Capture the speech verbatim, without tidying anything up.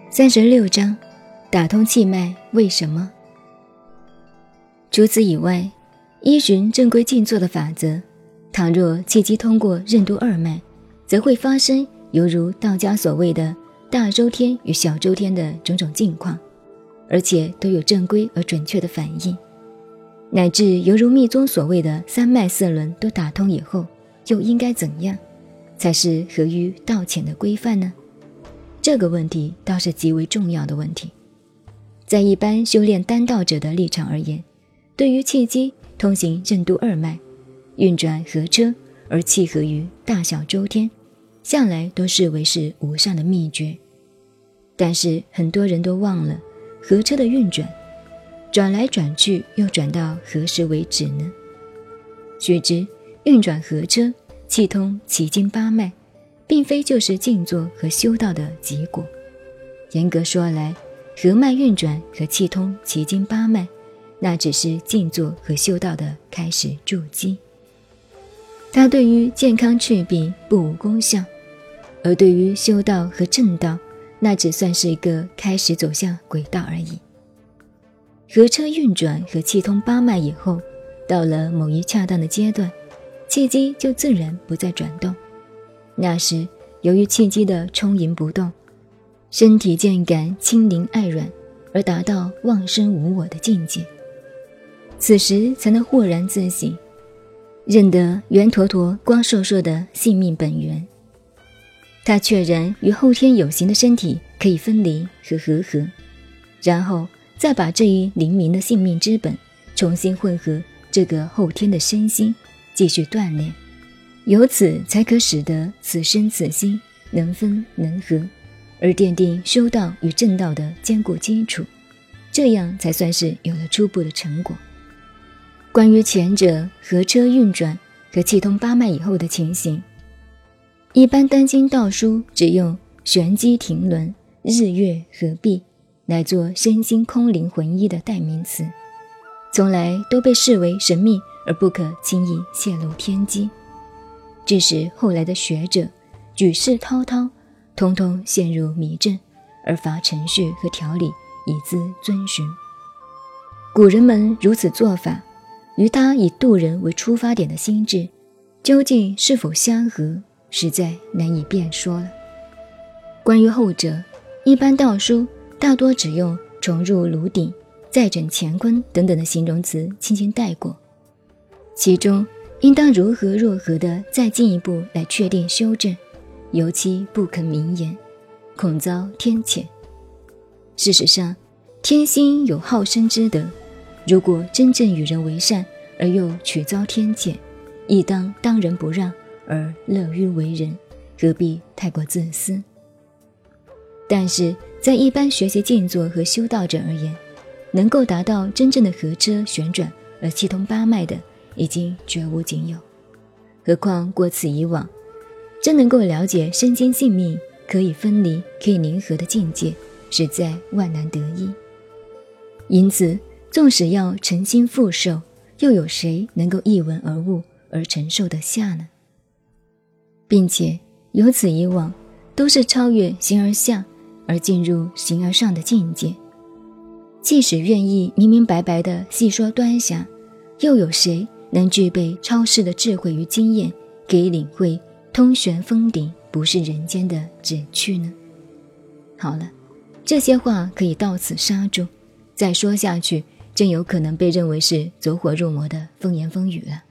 三十六章，打通气脉为什么？除此以外，依循正规静坐的法则，倘若气机通过任督二脉，则会发生犹如道家所谓的大周天与小周天的种种境况，而且都有正规而准确的反应，乃至犹如密宗所谓的三脉四轮都打通以后，又应该怎样才是合于道潜的规范呢？这个问题倒是极为重要的问题。在一般修炼丹道者的立场而言，对于气机通行任督二脉，运转合车而契合于大小周天，向来都视为是无上的秘诀。但是很多人都忘了合车的运转，转来转去又转到何时为止呢？须知运转合车，气通奇经八脉，并非就是静坐和修道的结果。严格说来，合脉运转和气通奇经八脉，那只是静坐和修道的开始筑基。它对于健康赤壁不无功效，而对于修道和正道，那只算是一个开始走向轨道而已。合车运转和气通八脉以后，到了某一恰当的阶段，气机就自然不再转动。那时由于气机的充盈不动，身体渐感轻灵爱软，而达到忘身无我的境界。此时才能豁然自省，认得圆坨坨光硕硕的性命本源。他确然与后天有形的身体可以分离和合合，然后再把这一灵明的性命之本重新混合这个后天的身心，继续锻炼，由此才可使得此身此心能分能合，而奠定修道与正道的坚固基础，这样才算是有了初步的成果。关于前者合车运转和气通八脉以后的情形，一般丹经道书只用玄机停轮、日月合璧来做身心空灵混一的代名词，从来都被视为神秘而不可轻易泄露天机，致使后来的学者举世滔滔，通通陷入迷阵，而乏程序和条理以资遵循。古人们如此做法，与他以度人为出发点的心智，究竟是否相合，实在难以辩说了。关于后者，一般道书大多只用重入炉鼎、再整乾坤等等的形容词轻轻带过，其中应当如何若何的再进一步来确定修正，尤其不肯明言，恐遭天谴。事实上，天心有好生之德，如果真正与人为善，而又取遭天谴，亦当当仁不让，而乐于为人，何必太过自私？但是在一般学习静坐和修道者而言，能够达到真正的合车旋转而气通八脉的，已经绝无仅有。何况过此以往，真能够了解身心性命可以分离、可以凝合的境界，实在万难得一。因此，纵使要诚心复受，又有谁能够一闻而悟而承受得下呢？并且由此以往，都是超越形而下而进入形而上的境界。即使愿意明明白白地细说端详，又有谁能具备超世的智慧与经验，可以领会通玄封顶不是人间的旨趣呢？好了，这些话可以到此刹住，再说下去真有可能被认为是走火入魔的风言风语了。